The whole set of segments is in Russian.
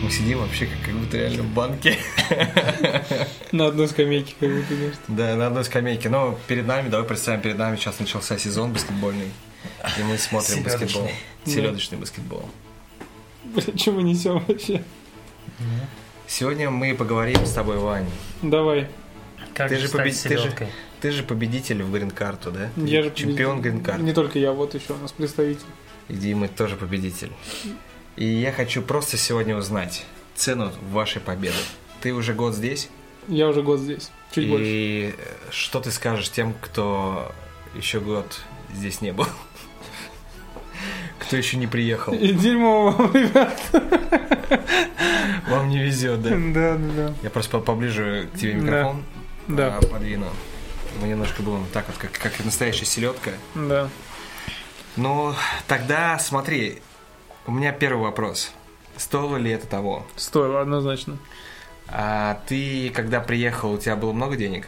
Мы сидим вообще как будто реально в банке. На одной скамейке, как будто, знаешь. Да, на одной скамейке. Но перед нами, давай представим, перед нами сейчас начался сезон баскетбольный. И мы смотрим баскетбол. Селедочный баскетбол. Блин, что мы несем вообще? Сегодня мы поговорим с тобой, Вань. Давай. Как Ты же селедкой? Ты же победитель в грин-карту, да? Я же чемпион грин-карты. Не только я, вот еще у нас представитель. И Дима тоже победитель. И я хочу просто сегодня узнать цену вашей победы. Ты уже год здесь? Я уже год здесь, чуть больше. И что ты скажешь тем, кто еще год здесь не был? Кто еще не приехал? И дерьмо вам, ребят. Вам не везет, да? Да. Я просто поближе к тебе микрофон подвину. Мы немножко будем так вот, как настоящая селедка. Да. Ну, тогда смотри, у меня первый вопрос. Стоило ли это того? Стоило, однозначно. А ты, когда приехал, у тебя было много денег?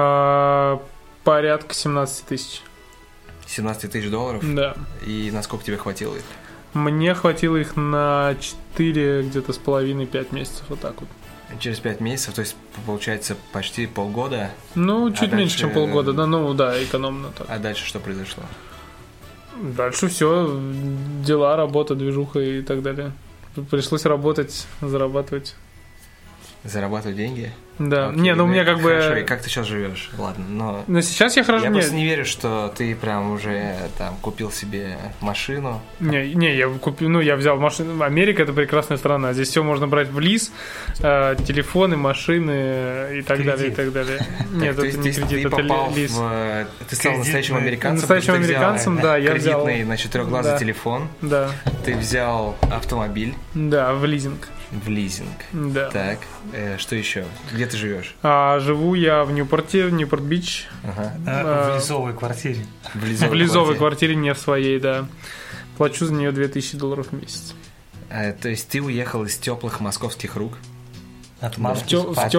Порядка 17 тысяч. 17 тысяч долларов? Да. И насколько тебе хватило их? Мне хватило их на 4, где-то с половиной, 5 месяцев, вот так вот. Через 5 месяцев, то есть получается почти полгода? Ну, чуть меньше, чем полгода, да, ну да, экономно так. А дальше что произошло? Дальше все, дела, работа, движуха и так далее. Пришлось работать, зарабатывать. Зарабатывать деньги? Да. Окей, не, ну у меня как хорошо, бы... и как ты сейчас живешь? Ладно, но сейчас я хорошо... Я просто не верю, что ты прям уже там купил себе машину. Не, я купил, ну я взял машину. Америка — это прекрасная страна. Здесь все можно брать в лиз, телефоны, машины и так далее, и так далее. Нет, это не кредит, это лиз. Ты стал настоящим американцем. Настоящим американцем, да, я взял кредитный на четырехглазый телефон. Да. Ты взял автомобиль. Да, в лизинг. В лизинг. Да. Так, что еще? Где ты живешь? Живу я в Ньюпорте, в Ньюпорт-Бич. В лизовой квартире. В лизовой квартире, не в своей, да. Плачу за нее $2000 в месяц. То есть ты уехал из теплых московских рук? От мамы. В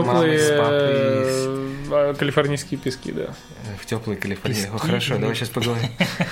теплые калифорнийские пески, да. В теплые калифорнийские. Хорошо, давай сейчас поговорим.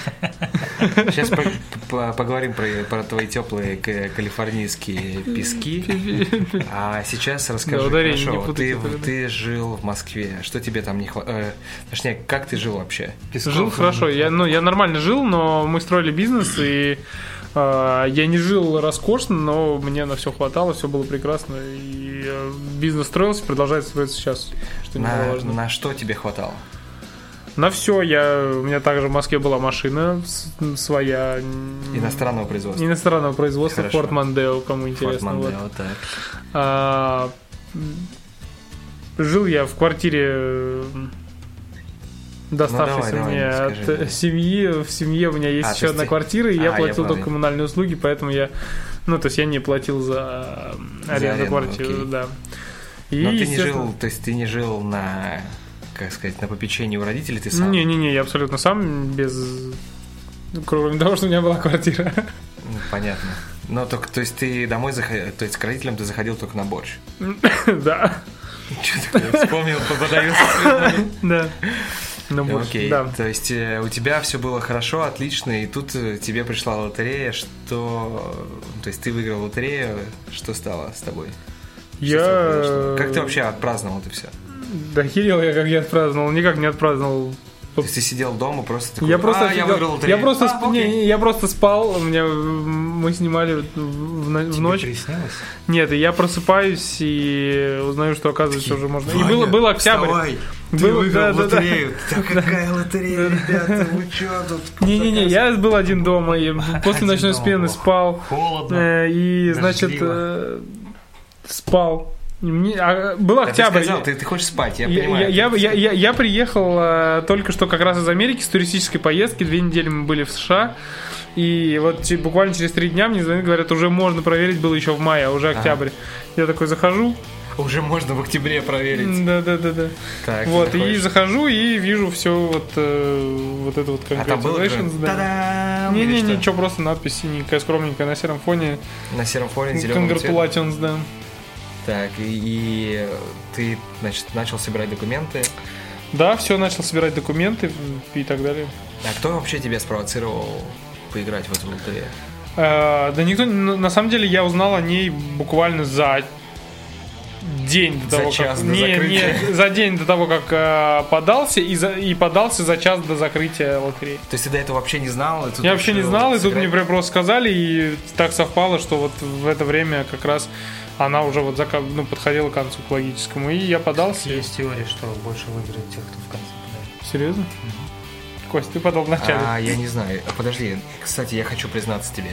Сейчас поговорим про твои теплые калифорнийские пески. А сейчас расскажи, хорошо, ты жил в Москве. Что тебе там не хватало? Точнее, как ты жил вообще? Жил хорошо. Я нормально жил, но мы строили бизнес, и я не жил роскошно, но мне на все хватало, все было прекрасно. И бизнес строился, продолжает строиться сейчас, что немаловажно. На что тебе хватало? На все. У меня также в Москве была машина своя. Иностранного производства. Ford Mondeo, кому интересно. Ford Mondeo, вот. Так. Жил я в квартире, доставшейся мне от семьи. В семье у меня есть еще одна квартира, и я платил только коммунальные услуги, поэтому я не платил за аренду квартиры. Да. Но ты не жил, то есть ты не жил на, как сказать, на попечении у родителей, ты сам? Не, я абсолютно сам, кроме того, что у меня была квартира. Понятно. Но только, то есть ты домой то есть к родителям ты заходил только на борщ? Да. Что такое? Вспомнил, подаюсь. Да. Окей, да. То есть у тебя все было хорошо, отлично, и тут тебе пришла лотерея, что... То есть ты выиграл лотерею, что стало с тобой? Как ты вообще отпраздновал это все? Да херел я, как я отпраздновал, никак не отпраздновал. То есть ты сидел дома просто такой, я выиграл лотерею. Я просто спал, мы снимали в ночь. Тебе приснилось? Нет, и я просыпаюсь и узнаю, что оказывается уже можно. И был октябрь. Вставай, ты выиграл лотерею. Да какая лотерея, ребята, вы что тут? Не, я был один дома, и после ночной смены спал. Холодно. И, значит, спал. Был октябрь. Ты сказал, ты хочешь спать, я понимаю. Я приехал только что как раз из Америки с туристической поездки. 2 недели мы были в США. И вот буквально через 3 дня мне звонят, говорят, уже можно проверить, было еще в мае, а уже октябрь. Я такой захожу. Уже можно в октябре проверить. Да. Так, вот, и захожу и вижу все вот это вот congratulations. Да. Не, ничего, просто надпись синенькая, скромненькая на сером фоне. На сером фоне зеленым цветом. Congratulations, да. Так, и ты, значит, начал собирать документы? Да, все, начал собирать документы и так далее. А кто вообще тебя спровоцировал поиграть в эту лотерею? Да никто... На самом деле я узнал о ней буквально за день до того, как... за день до того, как подался, и подался за час до закрытия лотереи. То есть ты до этого вообще не знал? Я вообще не знал, и тут мне просто сказали, и так совпало, что вот в это время как раз она уже вот подходила к концу, к логическому, и я подался. Есть теория, что больше выиграет тех, кто в конце подает. Серьезно? Кость, ты подал в начале. Я не знаю. Подожди, кстати, я хочу признаться тебе.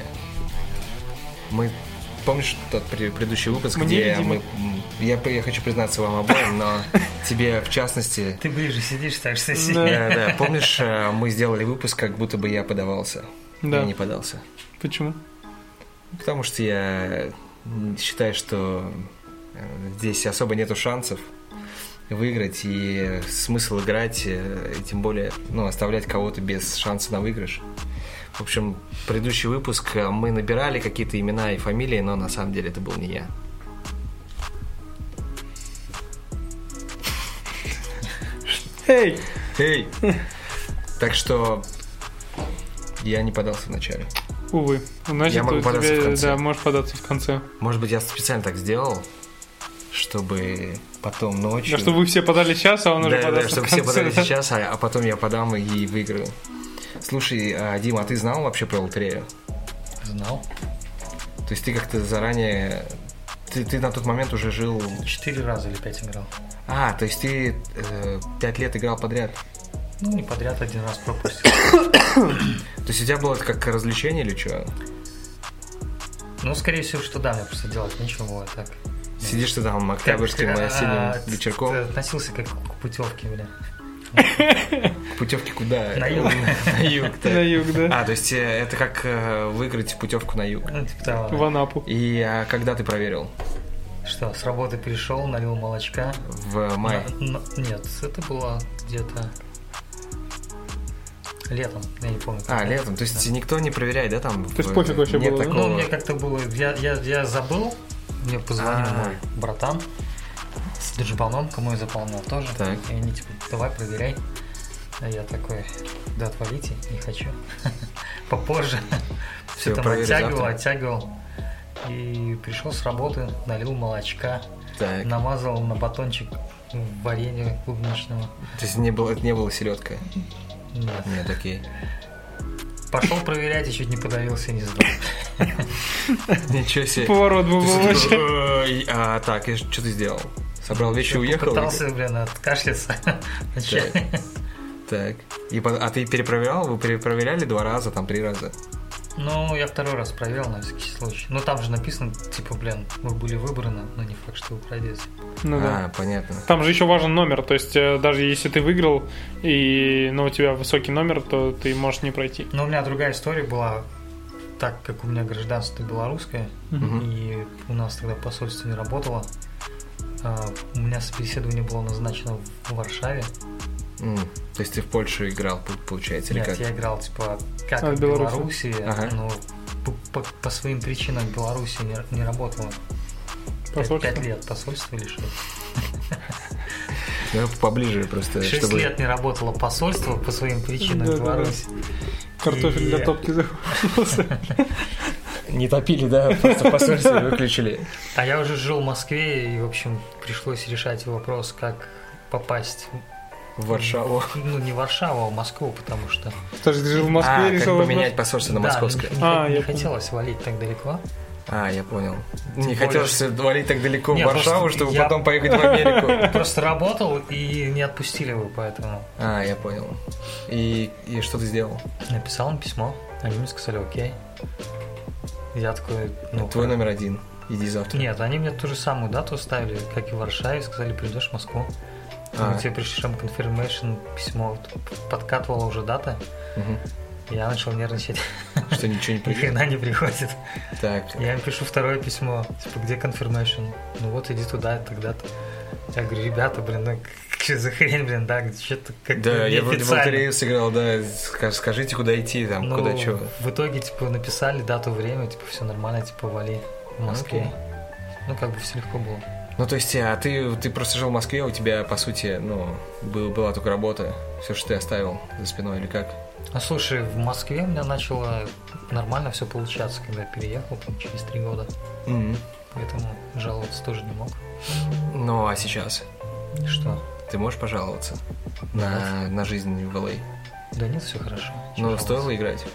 Помнишь тот предыдущий выпуск, где я хочу признаться вам обоим, но тебе в частности... Ты ближе сидишь, так что сидишь. Да. Помнишь, мы сделали выпуск, как будто бы я подавался. Да. Я не подался. Почему? Потому что я считаю, что здесь особо нету шансов выиграть, и смысл играть, и тем более оставлять кого-то без шанса на выигрыш. В общем, предыдущий выпуск мы набирали какие-то имена и фамилии, но на самом деле это был не я. Эй! Так что я не подался вначале. Увы. Значит, я могу податься в конце. Да, можешь податься в конце. Может быть, я специально так сделал, чтобы потом ночью... Да, чтобы вы все подали сейчас, а он уже подался в чтобы конце. все подали сейчас, а потом я подам и выиграю. Слушай, Дима, а ты знал вообще про лотерею? Знал. То есть ты как-то заранее... Ты на тот момент уже жил... 4 раза или 5 играл. То есть ты 5 лет играл подряд? Не подряд, 1 раз пропустил. То есть у тебя было это как развлечение или что? Скорее всего, что да, мне просто делать нечего было так. Сидишь ты там октябрьским осенним вечерком? Ты относился как к путевке, бля. К путевке куда? На юг. На юг, да. На юг, да. То есть это как выиграть путевку на юг. В Анапу. И когда ты проверил? Что, с работы перешел, налил молочка. В мае? Нет, это было где-то летом, я не помню. Летом, то есть никто не проверяет, да, там? То есть пофиг вообще было, да? Мне как-то было, я забыл, мне позвонил мой братан с Диджибаном, кому я заполнял тоже. Так. И они типа, давай проверяй. А я такой, да отвалите, не хочу. Попозже. Все там оттягивал. И пришел с работы, налил молочка, намазал на батончик варенье клубничного. То есть это не было селедка? Нет, окей. Пошел проверять и чуть не подавился, не знал. Ничего себе. Поворот был вообще. Так, и что ты сделал? Собрал вещи и уехал? Пытался, откашляться. Так. А ты перепроверял? Вы перепроверяли 2 раза, 3 раза? Я 2 раз проверил на всякий случай. Там же написано, вы были выбраны, но не факт, что вы пройдете. Понятно. Там же еще важен номер, то есть даже если ты выиграл, и у тебя высокий номер, то ты можешь не пройти. Но у меня другая история была, так как у меня гражданство белорусское, и у нас тогда посольство не работало, у меня собеседование было назначено в Варшаве. То есть ты в Польшу играл, получается, или Нет, как? я играл, как в Беларуси, но по своим причинам в Беларуси не работало. 5 лет посольство или что? Поближе просто. 6 лет не работало посольство по своим причинам в Беларуси. Картофель для топки закончился. Не топили, да? Просто посольство выключили. А я уже жил в Москве, и, в общем, пришлось решать вопрос, как попасть в Варшаву. Не в Варшаву, а в Москву, потому что... Ты жил в Москве и решил... как поменять посольство на московское. Не хотелось валить так далеко. Я понял. Не хотелось валить так далеко в Варшаву, чтобы потом поехать в Америку. Просто работал, и не отпустили его, поэтому... Я понял. И что ты сделал? Написал им письмо, они мне сказали окей. Я такой... Твой номер 1. Иди завтра. Нет, они мне ту же самую дату ставили, как и в Варшаве, сказали, придешь в Москву. Тебе пришло confirmation письмо, подкатывала уже дата. Я начал нервничать. Что ничего не приходит? Ни хрена не приходит. Так. Я им пишу 2 письмо, где confirmation? Иди туда, тогда-то. Я говорю, ребята, что за хрень, что-то как-то да, я вроде в лотерею сыграл, да, скажите, куда идти, куда что. В итоге, написали дату, время, все нормально, вали в Москве. Все легко было. То есть, ты просто жил в Москве, у тебя, по сути, была только работа, все, что ты оставил за спиной, или как? А слушай, в Москве у меня начало нормально все получаться, когда я переехал там, через 3 года. Поэтому жаловаться тоже не мог. Ну, а сейчас? Что? Ты можешь пожаловаться на жизнь в LA? Да нет, все хорошо. Ну, стоило играть?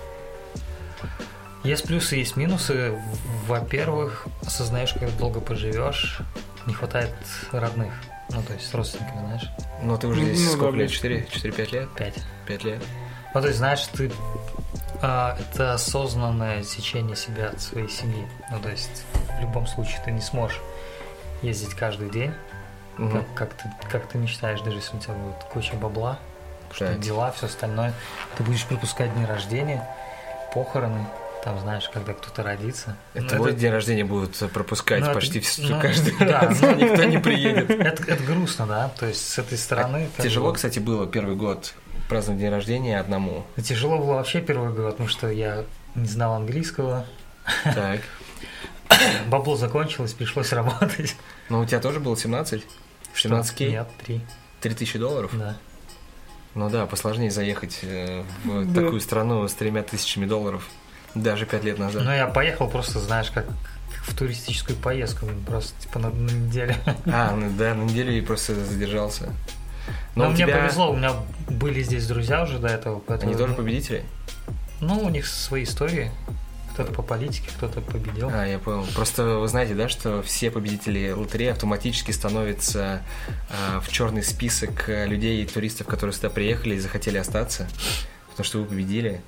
Есть плюсы, есть минусы. Во-первых, осознаешь, как долго поживешь, не хватает родных. Ну, то есть с родственниками, знаешь. Ну, ты уже здесь сколько лет? 4-5 лет? 5 лет. Ну, то есть, знаешь, ты это осознанное сечение себя от своей семьи. Ну, то есть, в любом случае ты не сможешь ездить каждый день, как ты мечтаешь, даже если у тебя будет куча бабла, что дела, все остальное. Ты будешь пропускать дни рождения, похороны, там, знаешь, когда кто-то родится. Твой день рождения будут пропускать почти каждый раз, никто не приедет. Это грустно, да? То есть, с этой стороны... Тяжело, кстати, было первый год праздновать день рождения одному. Тяжело было вообще первый год, потому что я не знал английского. Так. Бабло закончилось, пришлось работать. Ну, у тебя тоже было 17? 17 кей? Нет, 3. $3000? Да. Ну да, посложнее заехать в такую страну с $3000, даже 5 лет назад. Ну, я поехал просто, знаешь, как в туристическую поездку, просто типа на неделю. На неделю и просто задержался. Но мне повезло, у меня были здесь друзья уже до этого. Они тоже победители? Ну, у них свои истории. Кто-то по политике, кто-то победил. Я понял. Просто вы знаете, да, что все победители лотереи автоматически становятся в черный список людей и туристов, которые сюда приехали и захотели остаться, потому что вы победили.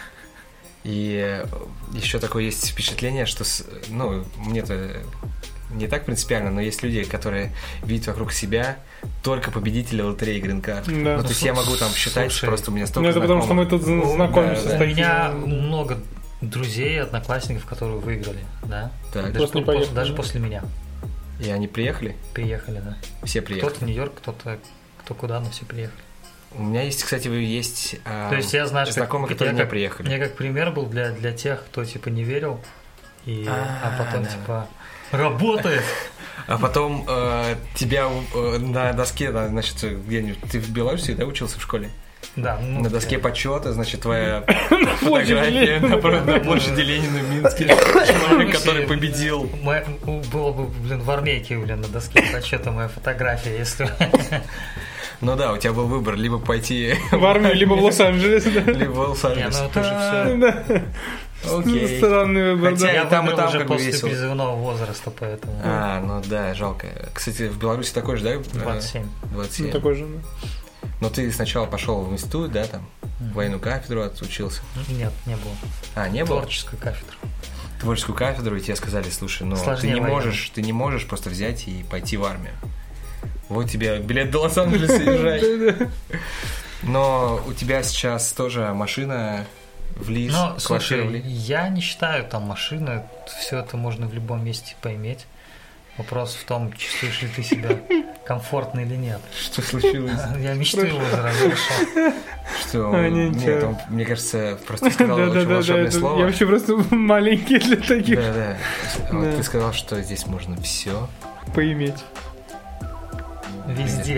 И еще такое есть впечатление, что, мне-то не так принципиально, но есть люди, которые видят вокруг себя только победители лотереи Green Card. Да. То есть я могу там считать, просто у меня столько это потому, что мы тут знакомимся. У меня много друзей, одноклассников, которые выиграли, да? Так. Даже после меня. И они приехали? Приехали, да. Все приехали? Кто-то в Нью-Йорк, кто куда, но все приехали. У меня есть, кстати, То есть я знаю, знакомые, которые не приехали. Мне как пример был для тех, кто типа не верил, а потом типа работает. А потом тебя на доске, значит, где-нибудь ты в Беларуси, да, учился в школе? Да. На доске почета, значит, твоя фотография на площади Ленина в Минске. Человек, который победил. Было бы, в армейке, на доске почета моя фотография, если... Ну да, у тебя был выбор, либо пойти в армию, либо в Лос-Анджелес. Либо в Лос-Анджелес. Ну это же все... Окей. Странный выбор, хотя я и там уже как после весело. призывного возраста, поэтому... Ну да, жалко. Кстати, в Беларуси такой же, да? 27. 27. Такой же, да. Но ты сначала пошел в институт, да, там, военную кафедру отучился? Нет, не было. Не было? Творческую кафедру. Творческую кафедру, и тебе сказали, слушай, ты не можешь просто взять и пойти в армию. Вот тебе билет до Лос-Анджелеса, езжай. Но у тебя сейчас тоже машина в лиз, квартира в лиз. Я не считаю там машины, все это можно в любом месте поиметь. Вопрос в том, чувствуешь ли ты себя комфортно или нет. Что случилось? Я мечты его разрешил. Что? Нет, мне кажется, просто сказал очень волшебное слово. Я вообще просто маленький для таких. Да. Вот ты сказал, что здесь можно все поиметь. Везде,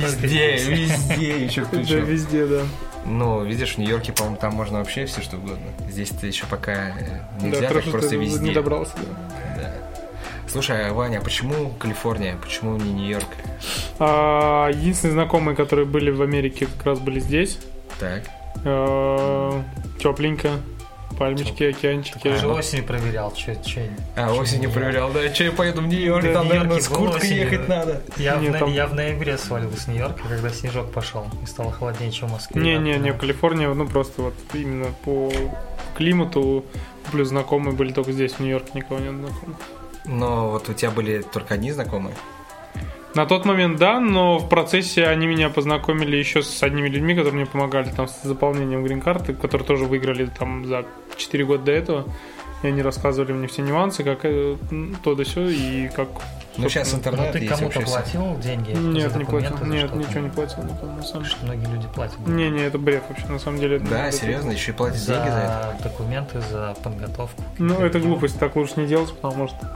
еще причем. Да, везде, да. Ну, видишь, в Нью-Йорке, по-моему, там можно вообще все что угодно. Здесь-то еще пока нельзя, так просто везде. Не добрался, да. Слушай, Ваня, а почему Калифорния? Почему не Нью-Йорк? Единственные знакомые, которые были в Америке, как раз были здесь. Так. Тепленько. Пальмочки, океанчики. Ты уже осенью проверял, что. Осенью проверял, да. Че я поеду в Нью-Йорк, да, там, наверное, с курткой ехать надо. Я в ноябре свалил с Нью-Йорка, когда снежок пошел, и стало холоднее, чем в Москве. Не, Калифорния, просто вот именно по климату, плюс знакомые были только здесь, в Нью-Йорке никого не знакомых. Но вот у тебя были только одни знакомые? На тот момент, да, но в процессе они меня познакомили еще с одними людьми, которые мне помогали там с заполнением грин-карты, которые тоже выиграли там за 4 года до этого. И они рассказывали мне все нюансы, как то да сё, и как Ну, сейчас интернет. Ты кому-то платил деньги? Нет, не платил. Нет, ничего не платил. На самом деле. Многие люди платят. Не, это бред вообще, на самом деле. Да, серьезно, еще и платят деньги за это? Документы, за подготовку. Ну, это глупость, так лучше не делать, потому что,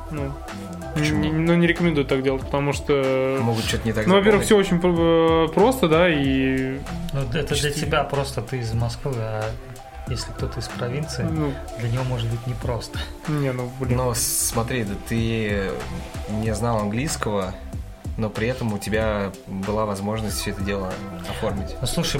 не рекомендую так делать, потому что... Могут что-то не так Ну, во-первых, все очень просто, да, и... Ну, это для тебя просто, ты из Москвы, а если кто-то из провинции, для него может быть непросто. Но смотри, да ты не знал английского, но при этом у тебя была возможность все это дело оформить. Ну, слушай,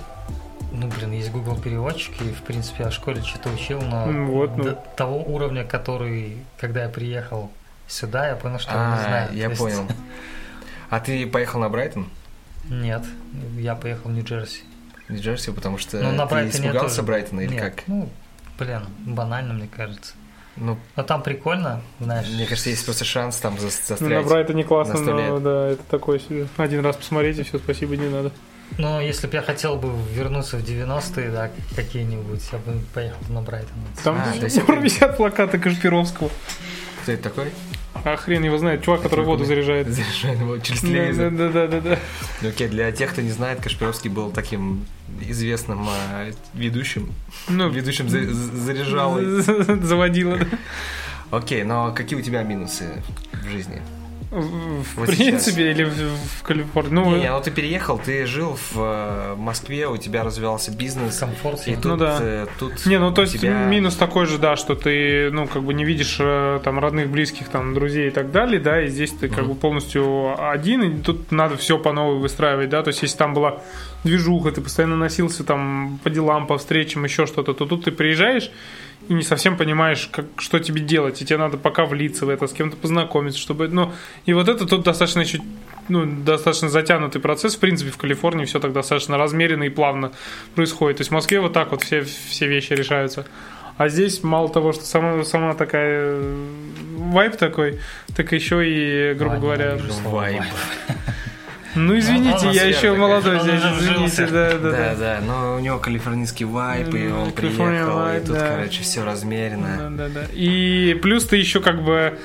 есть Google переводчик, и, в принципе, я в школе что-то учил, но до того уровня, который, когда я приехал сюда, я понял, что я не знаю. Я понял. А ты поехал на Брайтон? Нет, я поехал в Нью-Джерси. Нью-Джерси, потому что ты испугался Брайтона или как? Банально, мне кажется. Но там прикольно, знаешь. Мне кажется, есть просто шанс там застрять. На Брайтоне классно, но да, это такое себе. Один раз посмотреть, и все, спасибо, не надо. Но если бы я хотел бы вернуться в 90-е, да, какие-нибудь, я бы поехал на Брайтон. Там до сих пор висят плакаты Кашпировского. Кто это такой? А хрен его знает, чувак, который воду заряжает. Заряжает воду через телевизор. Да. Окей, для тех, кто не знает, Кашпировский был таким известным ведущим. Ведущим заряжалой. Заводила. Окей, но какие у тебя минусы в жизни? В принципе, или в Калифорнии? Не, ты переехал, ты жил в Москве, у тебя развивался бизнес. Комфорт. И тут, тут то есть минус такой же, да, что ты, не видишь там родных, близких, там, друзей и так далее, да, и здесь ты как бы полностью один, и тут надо все по новой выстраивать, да, то есть если там была движуха, ты постоянно носился там по делам, по встречам, еще что-то, то тут ты приезжаешь и не совсем понимаешь, что тебе делать, и тебе надо пока влиться в это, с кем-то познакомиться, чтобы, и вот это тут достаточно еще, достаточно затянутый процесс, в принципе, в Калифорнии все так достаточно размеренно и плавно происходит, то есть в Москве вот так вот все вещи решаются, а здесь мало того, что сама такая вайб такой, так еще и, грубо говоря... Вайб. Извините, я еще молодой здесь, извините, да, но у него калифорнийский вайб, и он приехал, и тут, короче, все размеренно. Да. И плюс ты еще как бы,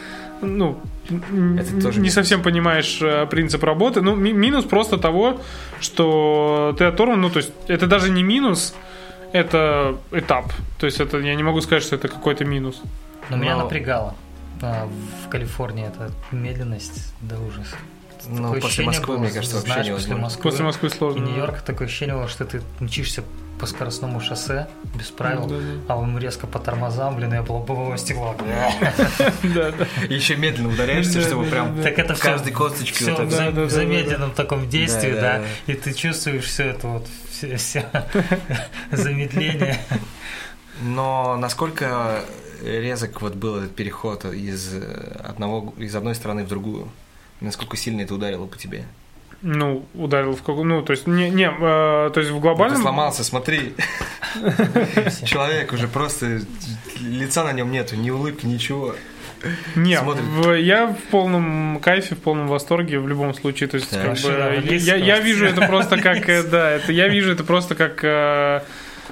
не совсем понимаешь принцип работы. Минус просто того, что ты оторван, то есть это даже не минус, это этап. То есть это, я не могу сказать, что это какой-то минус. Но меня напрягало в Калифорнии эта медленность до ужаса. После Москвы, мне кажется, вообще невозможно. После Москвы сложно. И Нью-Йорк такое ощущение было, что ты мчишься по скоростному шоссе без правил, а он резко по тормозам, и я лобовое стекло. Да. Еще медленно ударяешься, чтобы прям в каждой косточке все в замедленном таком действии, да, и ты чувствуешь все это вот, все замедление. Но насколько резок был этот переход из одной страны в другую? Насколько сильно это ударило по тебе? Ударило в какую... то есть, то есть в глобальном... Ты сломался, смотри. Человек уже просто... Лица на нем нету, ни улыбки, ничего. Нет, я в полном кайфе, в полном восторге в любом случае. То есть, я вижу это просто как... я вижу это просто как...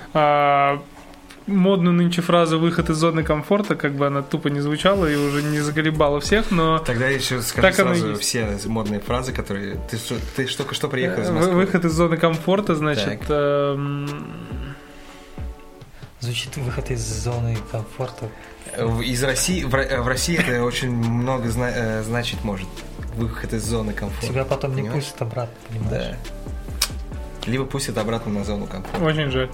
модную нынче фразу «выход из зоны комфорта», как бы она тупо не звучала и уже не заколебала всех, но... Тогда еще скажи сразу все модные фразы, которые... Ты только что приехал из Москвы. Выход из зоны комфорта, значит... Звучит выход из зоны комфорта. Из России, в России это очень много значить может. Выход из зоны комфорта. Тебя потом не пустят обратно, понимаешь? Да. Либо пустят обратно на зону комфорта. Очень жаль.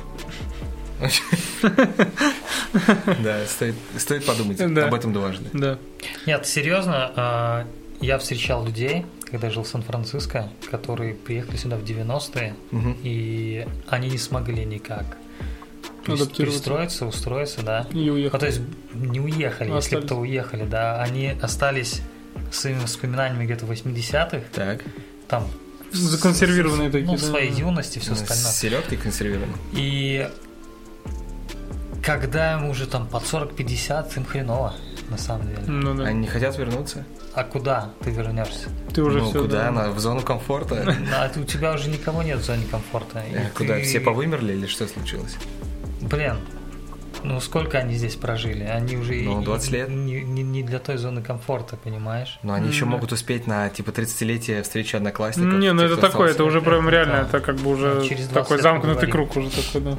Да, стоит подумать об этом дважды. Да. Нет, серьезно, я встречал людей, когда жил в Сан-Франциско, которые приехали сюда в 90-е, и они не смогли никак перестроиться, устроиться, да. И уехали. То есть не уехали, если кто уехали, да. Они остались своими воспоминаниями где-то в 80-х. Так. Там законсервированные такие. В своей юности, все остальное. С селедкой консервированы. И когда ему уже там под 40-50, им хреново, на самом деле. Они не хотят вернуться? А куда ты вернешься? Ты уже все, куда? В зону комфорта? У тебя уже никого нет в зоне комфорта. Куда? Все повымерли или что случилось? Блин, Ну, сколько они здесь прожили? Они уже 20 лет. Не для той зоны комфорта, понимаешь? Но они еще могут успеть на, типа, 30-летие встречи одноклассников. Не, ну это такое, это уже прям реально, это как бы уже такой замкнутый круг уже такой, да.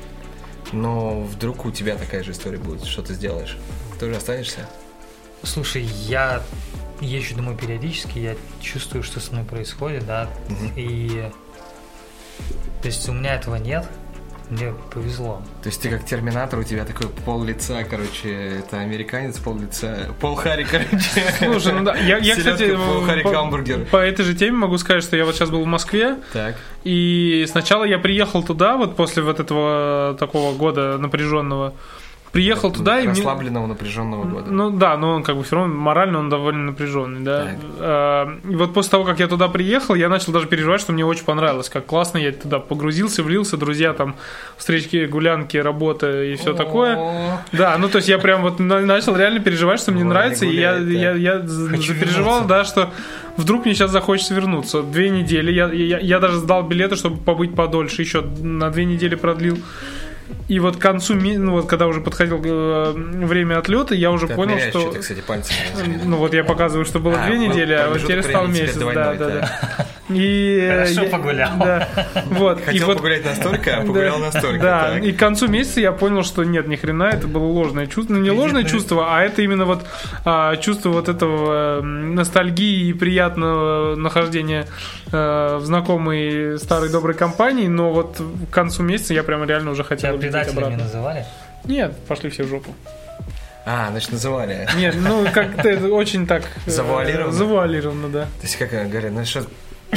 Но вдруг у тебя такая же история будет, что ты сделаешь? Ты уже останешься? Слушай, я езжу домой периодически, я чувствую, что со мной происходит, да, и... То есть у меня этого нет, мне повезло. То есть ты как терминатор, у тебя такой пол лица, короче, это американец, пол лица, Пол Харри, короче. Слушай, ну да, я кстати, Пол Харри гамбургер. По этой же теме могу сказать, что я вот сейчас был в Москве, так. И сначала я приехал туда, вот после вот этого такого года напряженного, приехал туда и расслабленного, напряженного года. Ну да, но он как бы все равно морально он довольно напряженный, да. И вот после того, как я туда приехал, я начал даже переживать, что мне очень понравилось, как классно я туда погрузился, влился, друзья там, встречки, гулянки, работа и все такое. Да, ну то есть я прям вот начал реально переживать, что мне нравится, и я запереживал, да, что вдруг мне сейчас захочется вернуться. 2 недели, я даже сдал билеты, чтобы побыть подольше, еще на 2 недели продлил. И вот к концу, ну вот когда уже подходил время отлета, я уже понял, что... Что ты, кстати, пальцем. Ну вот я показываю, что было 2 недели, а вот теперь стал месяц. Да. И хорошо погулял. Да. Вот. Хотел погулять настолько, а погулял настолько. Да, и к концу месяца я понял, что нет, ни хрена, это было ложное чувство. Ну не ложное чувство, а это именно вот чувство вот этого ностальгии и приятного нахождения в знакомой старой доброй компании, но вот к концу месяца я прям реально уже хотел улететь обратно. Тебя предателями называли? Нет, пошли все в жопу. Значит, называли. Нет, ну как-то это очень так... Завуалировано, да. То есть, как говорят, ну что...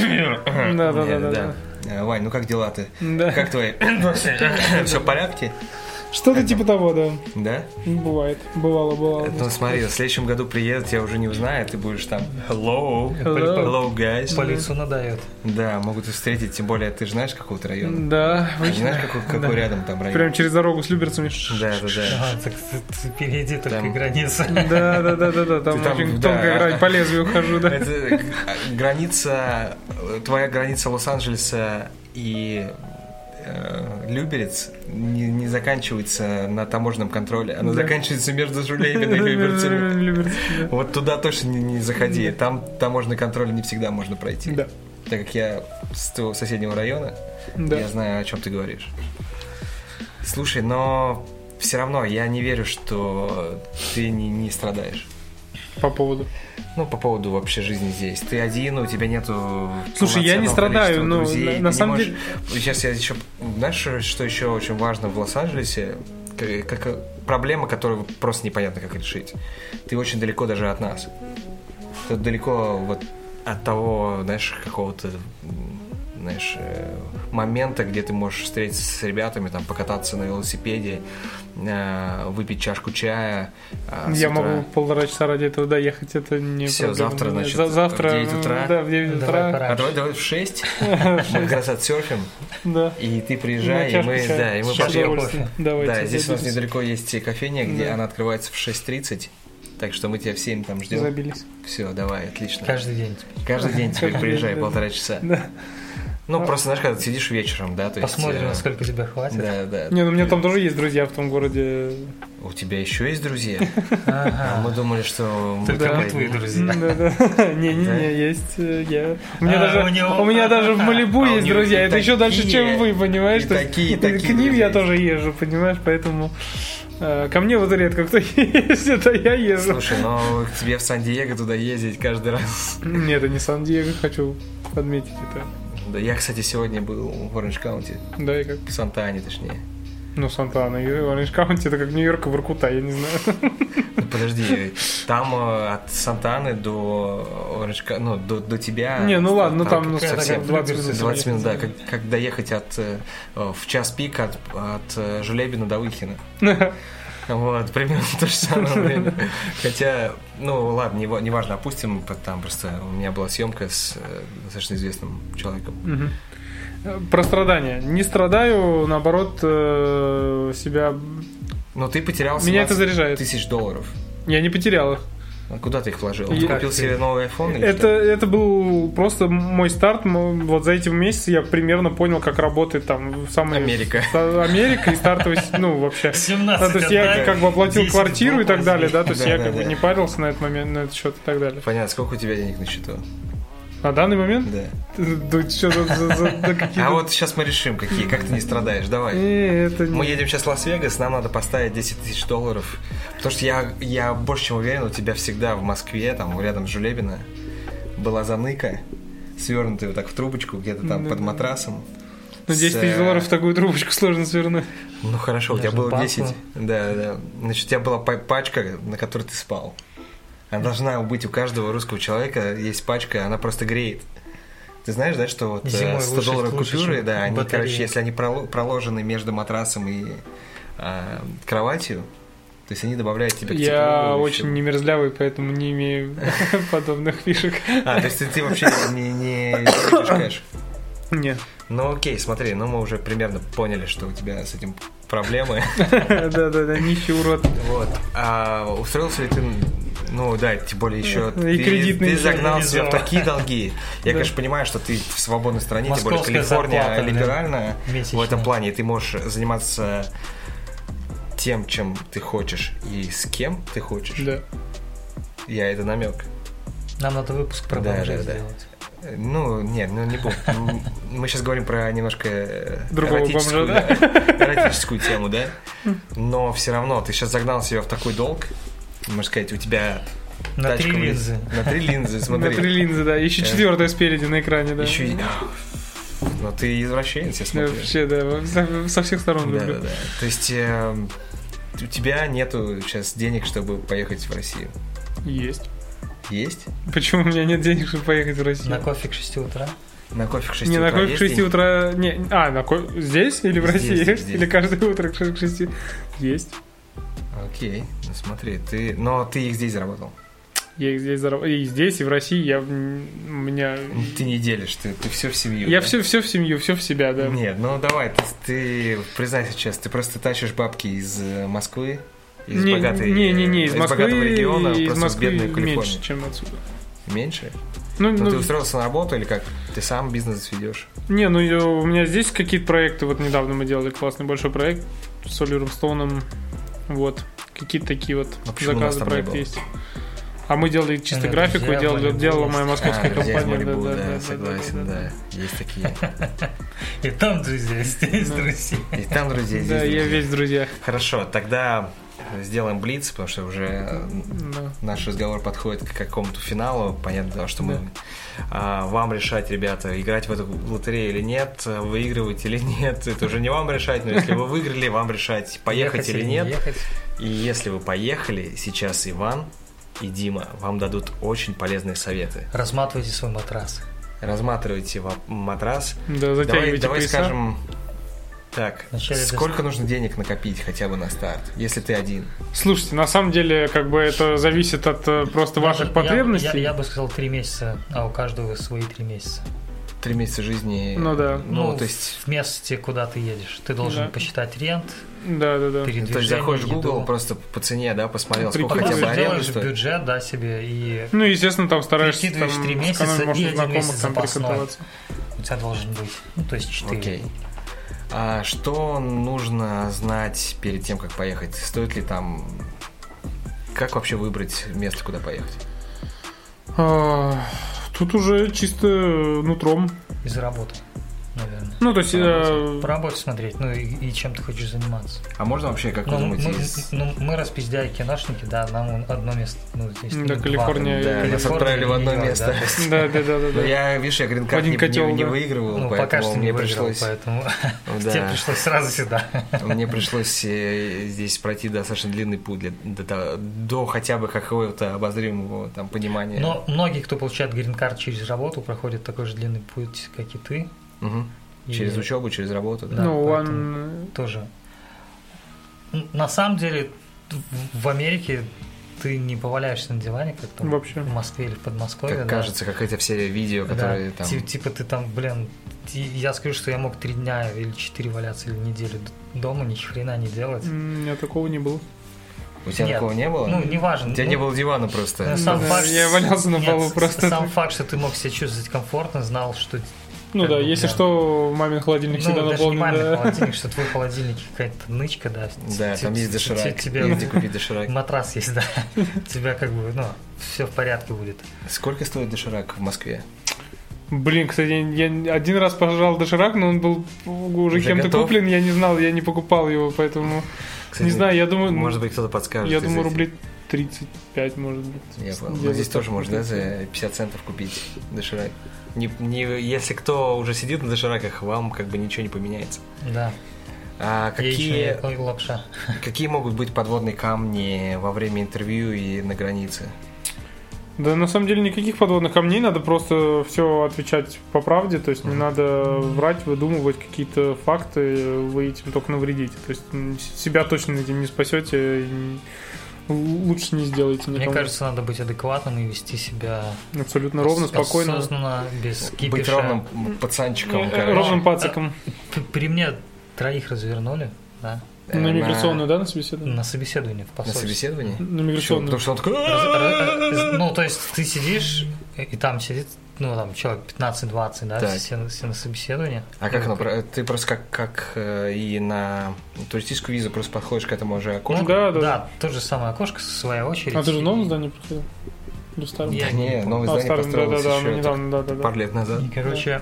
Да. Вань, ну как дела ты? Да. Как твои? Все в порядке? Что-то типа того, да. Да? Бывает. Бывало. Ну смотри, в следующем году приедут, тебя уже не узнают, ты будешь там hello guys. По лицу надает. Да, могут встретить, тем более ты же знаешь какого-то района. Да. Знаешь, какой рядом там район? Прям через дорогу с Люберцами. Да. Так перейди только границу. Да, там очень тонкая грань, по лезвию хожу, да. Это граница, твоя граница Лос-Анджелеса и Люберец не заканчивается на таможенном контроле, она заканчивается между Жулебино и Люберцами. Вот туда точно не заходи, там таможенный контроль не всегда можно пройти. Да. Так как я с твоего соседнего района, я знаю, о чем ты говоришь. Слушай, но все равно я не верю, что ты не страдаешь. По поводу? Ну, по поводу вообще жизни здесь. Ты один, у тебя нету... Слушай, я не страдаю, но на самом деле... Сейчас я еще... Знаешь, что еще очень важно в Лос-Анджелесе? Как проблема, которую просто непонятно, как решить. Ты очень далеко даже от нас. Ты далеко вот от того, знаешь, какого-то... знаешь, момента, где ты можешь встретиться с ребятами, там, покататься на велосипеде, выпить чашку чая. Я могу 1,5 часа ради этого доехать, это не все, проблема. завтра, значит, завтра, в 9 утра. Да, в 9 утра. Давай в 6. Мы как раз отсерфим. Да. И ты приезжай, и мы пошли. Да, здесь у нас недалеко есть кофейня, где она открывается в 6:30. Так что мы тебя в 7 там ждем. Забились. Все, давай, отлично. Каждый день теперь приезжай, 1,5 часа. Да. Ну, просто, знаешь, когда ты сидишь вечером, да, то есть... Посмотрим, насколько тебя хватит. Да. Не, ну у меня там тоже есть друзья в том городе. У тебя еще есть друзья? А мы думали, что... Только мы твои друзья. Не, есть. У меня даже в Малибу есть друзья. Это еще дальше, чем вы, понимаешь? К ним я тоже езжу, понимаешь? Поэтому... Ко мне вот редко кто ездит, а я езжу. Слушай, но к тебе в Сан-Диего туда ездить каждый раз. Нет, это не Сан-Диего, хочу отметить это. Да, я, кстати, сегодня был в Оранж-Каунти. Да, и как? В Санта-Ане, точнее. Ну, Санта-Ана и Оранж-Каунти, это как Нью-Йорк и Воркута, я не знаю. Ну, подожди, там от Санта-Аны до Оранж-Каунти, ну, до тебя... Не, ну ладно, ну там совсем 20 минут, да, как доехать в час пик от Жулебина до Выхина. Вот, примерно то же самое время. Хотя, ну ладно, не важно, опустим, там просто у меня была съемка с достаточно известным человеком. Про страдания. Не страдаю, наоборот, себя... Но ты потерял Меня это заряжает. $17,000. Я не потерял их. А куда ты их вложил? Ты купил себе новый iPhone? Это был просто мой старт. Вот за эти месяцы я примерно понял, как работает там Америка и стартовый, ну, вообще. 17 то есть я как бы оплатил квартиру и так далее, да, то есть я как бы да. не парился на этот момент, на этот счет и так далее. Понятно, сколько у тебя денег на счету? На данный момент? Да. А вот сейчас мы решим, как ты не страдаешь. Давай. Мы едем сейчас в Лас-Вегас, нам надо поставить $10 тысяч. Потому что я больше чем уверен, у тебя всегда в Москве, там рядом с Жулебино, была заныка, свернутая вот так в трубочку, где-то там под матрасом. Ну, $10 тысяч в такую трубочку сложно свернуть. Ну хорошо, у тебя было 10. Да. Значит, у тебя была пачка, на которой ты спал. Она должна быть у каждого русского человека, есть пачка, она просто греет. Ты знаешь, да, что вот $100 купюры, да, они, короче, если они проложены между матрасом и кроватью, то есть они добавляют тебе к теплу. Я очень немерзлявый, поэтому не имею подобных фишек. То есть ты вообще не любишь кэш? Нет. Ну окей, смотри, мы уже примерно поняли, что у тебя с этим проблемы. Да, нищий урод. Вот. А устроился ли ты... Ну да, тем более еще ты загнал себя в такие долги. Я, конечно, понимаю, что ты в свободной стране, тем более Калифорния либеральная в этом плане, и ты можешь заниматься тем, чем ты хочешь и с кем ты хочешь. Да. Я это намек. Нам надо выпуск про бомжей сделать. Ну, нет, не буду. Мы сейчас говорим про немножко эротическую тему, да? Но все равно ты сейчас загнал себя в такой долг. Можно сказать, у тебя на 3 линзы. На 3 линзы, смотри. На 3 линзы, да. Еще 4-я спереди на экране, да. Еще и... Ну, ты извращенец, я смотрю. Вообще, да, со всех сторон люблю. Да. То есть у тебя нету сейчас денег, чтобы поехать в Россию? Есть. Есть? Почему у меня нет денег, чтобы поехать в Россию? На кофе к 6 утра? На кофе к 6 утра. Не, на кофе к 6 утра. Здесь или в России? Здесь. Или каждое утро к 6? Есть. Окей, ну смотри, но ты их здесь заработал? Я их здесь заработал. И здесь, и в России у меня... Ты не делишь, ты все в семью. Я да? все в семью, все в себя, да. Нет, ну давай, ты признайся честно, ты просто тащишь бабки из Москвы, из богатой... из Москвы, богатого региона, из просто Москвы в бедную Калифорнию. меньше, чем отсюда. Меньше? Ну, ты устроился на работу или как? Ты сам бизнес ведешь? Не, у меня здесь какие-то проекты, вот недавно мы делали классный большой проект с Оливером Стоуном, вот, какие-то такие вот заказы, проекты есть. А мы делали чисто графику, делала моя московская компания. Да, согласен, да, есть такие. И там друзья, здесь друзья. И там друзья, здесь друзья. Да, я весь в друзьях. Хорошо, тогда сделаем блиц, потому что уже наш разговор подходит к какому-то финалу. Понятно, что мы вам решать, ребята, играть в эту лотерею или нет, выигрывать или нет. Это уже не вам решать, но если вы выиграли, вам решать, поехать или нет. И если вы поехали, сейчас Иван и Дима вам дадут очень полезные советы. Разматывайте свой матрас. Разматывайте матрас. Да, затягивайте давай пояса. Скажем... Так, сколько нужно денег накопить хотя бы на старт, если ты один? Слушайте, на самом деле, как бы это зависит от просто ваших потребностей. Я бы сказал 3 месяца, а у каждого свои 3 месяца. 3 месяца жизни. Ну да. То есть в месте, куда ты едешь. Ты должен посчитать рент. Да. То есть заходишь в Google, просто по цене, да, посмотрел, сколько хотя бы аренда стоит. Бюджет, да, себе и. Ну, естественно, там стараешься там, 3 месяца и 1 месяц запасной. У тебя должен быть. Ну, то есть 4. Окей. А что нужно знать перед тем, как поехать? Стоит ли там... Как вообще выбрать место, куда поехать? Тут уже чисто нутром. Из работы, наверное. Ну, то есть... По работе смотреть, и чем ты хочешь заниматься. А можно вообще, как вы думаете... Мы распиздяи киношники, да, нам одно место... Да, Калифорния... Да, нас отправили в одно место. Да. Я грин-карт не выигрывал, поэтому мне пришлось... Тебе пришлось сразу сюда. Мне пришлось здесь пройти достаточно длинный путь до хотя бы какого-то обозримого там понимания. Но многие, кто получает грин-карт через работу, проходят такой же длинный путь, как и ты. Угу. Через учебу, через работу, да. Тоже. На самом деле, в Америке ты не поваляешься на диване, как там вообще в Москве или в Подмосковье. Как кажется, как эти все видео, которые там... Типа ты там, я скажу, что я мог 3 дня или 4 валяться или неделю дома, ни хрена не делать. У меня такого не было. У тебя такого не было? Ну, неважно. У тебя не было дивана просто. Я валялся на полу просто. Сам факт, что ты мог себя чувствовать комфортно, знал, что... Ну да, если что, мамин холодильник всегда наполнен. Ну, даже не мамин холодильник, что твой холодильник какая-то нычка, да. Да, там есть доширак. Езди купить доширак. Матрас есть, да. У тебя как бы, все в порядке будет. Сколько стоит доширак в Москве? Блин, кстати, я один раз пожрал доширак, но он был уже кем-то куплен, я не знал, я не покупал его, поэтому... Кстати, не знаю, я думаю... Может быть, кто-то подскажет. Я думаю, рублей 35, может быть. Я понял. Но здесь тоже можно, да, за 50 центов купить доширак. Если кто уже сидит на дошираках, вам как бы ничего не поменяется. Да. А какие лапша. Какие могут быть подводные камни во время интервью и на границе? Да, на самом деле никаких подводных камней, надо просто все отвечать по правде, то есть не надо врать, выдумывать какие-то факты, вы этим только навредите. То есть себя точно этим не спасете, лучше не сделайте никому. Мне кажется, надо быть адекватным и вести себя абсолютно ровно, спокойно. Осознанно, без кипиша. Быть ровным пацанчиком. Ровным пациком. При мне 3 развернули, да. На миграционную, да, на собеседование? На собеседование в посольстве. На собеседование? На миграционную. Потому что он такой... Ну, то есть ты сидишь, и там сидит, человек 15-20, да, все на собеседовании. А как оно? Ты просто как и на туристическую визу просто подходишь к этому уже окошку? Да, то же самое окошко, своя очередь. А ты же в новом здании проходил? Или в старом? Не, новое здание построилось еще недавно, пару лет назад. И, короче,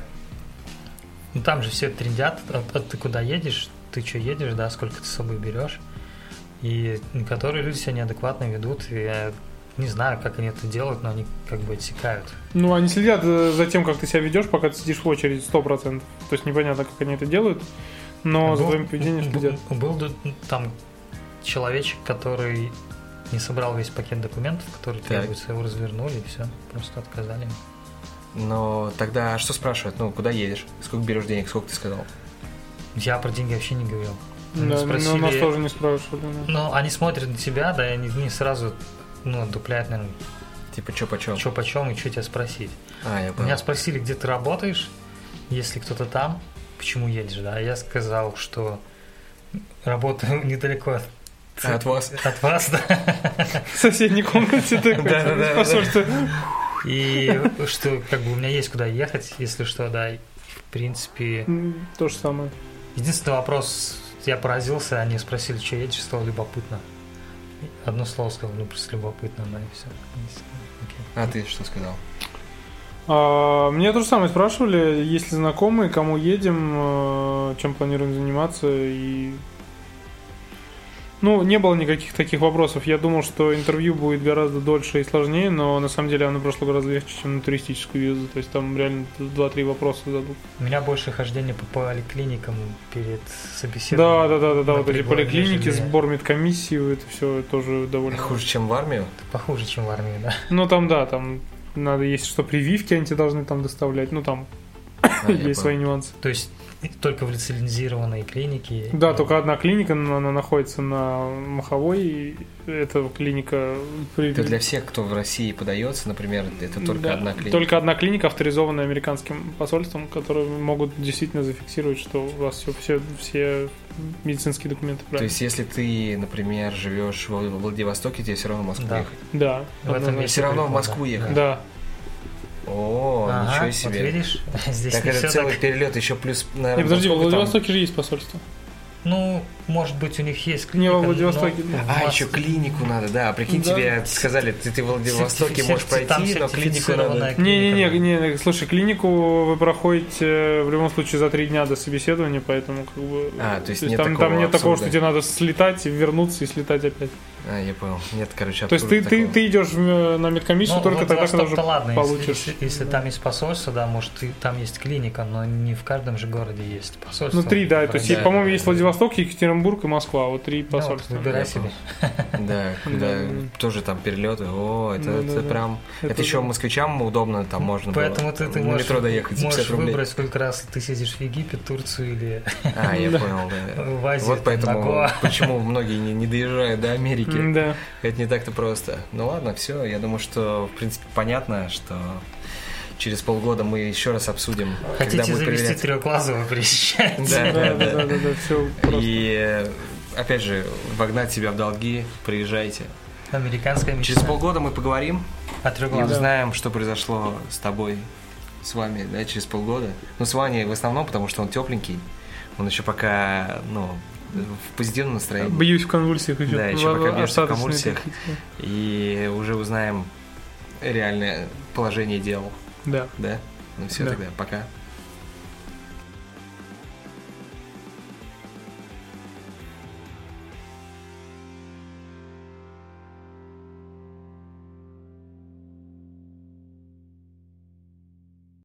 там же все трендят, ты куда едешь, ты что едешь, да, сколько ты с собой берешь. И некоторые люди себя неадекватно ведут, и я не знаю, как они это делают, но они как бы отсекают. Ну, они следят за тем, как ты себя ведешь, пока ты сидишь в очереди 100%. То есть непонятно, как они это делают, но за твоим поведением следят. Был там человечек, который не собрал весь пакет документов, который требуется, его развернули, и все, просто отказали. Но тогда что спрашивают? Куда едешь? Сколько берешь денег? Сколько ты сказал? Я про деньги вообще не говорил. Да, спросили, но нас тоже не спрашивали. Да. Ну, они смотрят на тебя, да, и они не сразу, дупляют, наверное. Типа, чё почем? Чё почем и что тебя спросить. Я понял. Меня спросили, где ты работаешь, если кто-то там, почему едешь, да. Я сказал, что работаю недалеко от вас. От вас, да. В соседней комнате такой, посольство. И что, как бы, у меня есть куда ехать, если что, да, и, в принципе... То же самое. Единственный вопрос, я поразился, они спросили, что едешь, стало любопытно. Одно слово сказал, просто любопытно, да, и все. А ты что сказал? Мне то же самое спрашивали, есть ли знакомые, кому едем, чем планируем заниматься, и... не было никаких таких вопросов. Я думал, что интервью будет гораздо дольше и сложнее, но на самом деле оно прошло гораздо легче, чем на туристическую визу. То есть там реально 2-3 вопроса зададут. У меня больше хождение по поликлиникам перед собеседованием. Да. Вот эти поликлиники, сбор медкомиссии, это все тоже довольно... Хуже, чем в армию? Похуже, чем в армии, да. Там надо есть, что прививки они тебе должны там доставлять. Там есть свои нюансы. То есть только в лицензированной клинике? Да, только одна клиника, она находится на Маховой, и эта клиника... Это для всех, кто в России подается, например, это только одна клиника? Только одна клиника, авторизованная американским посольством, которые могут действительно зафиксировать, что у вас все медицинские документы правильные. То есть, если ты, например, живешь в Владивостоке, тебе все равно в Москву ехать? Да. Все равно в Москву ехать? Да. О, ничего себе. Вот видишь, здесь так это целый перелет, еще плюс, наверное... Подожди, в Владивостоке же есть посольство. Может быть, у них есть клиника. Не, во Владивостоке. Еще клинику надо, да. Прикинь, тебе сказали, ты в Владивостоке можешь пройти, но клинику надо... Не, слушай, клинику вы проходите в любом случае за 3 дня до собеседования, поэтому как бы... то есть там нет такого, что тебе надо слетать, вернуться и слетать опять. Я понял. Нет, короче, то есть ты идешь на медкомиссию только тогда, когда уже получишь. Если там есть посольство, да, может, там есть клиника, но не в каждом же городе есть посольство. 3, да. То есть, по-моему, есть Владивосток, Екатеринбург и Москва. Вот 3 посольства. Выбирай себе. Да, когда тоже там перелеты. Это прям... Это еще москвичам удобно, там можно было на метро доехать за 50 рублей. Можешь выбрать, сколько раз ты съездишь в Египет, Турцию или... Я понял, да. В Азии. Вот поэтому, почему многие не доезжают до Америки. Да. Это не так-то просто. Ну ладно, все. Я думаю, что в принципе понятно, что через полгода мы еще раз обсудим. Хотите завести 3-классового, приезжайте. Да, все просто. И опять же, вогнать себя в долги, приезжайте. Американская мечта. Через полгода мы поговорим и узнаем, что произошло с тобой, с вами, да, через полгода. Ну, с Ваней в основном, потому что он тепленький. Он еще пока, в позитивном настроении. Бьюсь в конвульсиях еще. Да, еще пока бьешься в конвульсиях. И уже узнаем реальное положение дел. Да. Да? Ну все, тогда пока.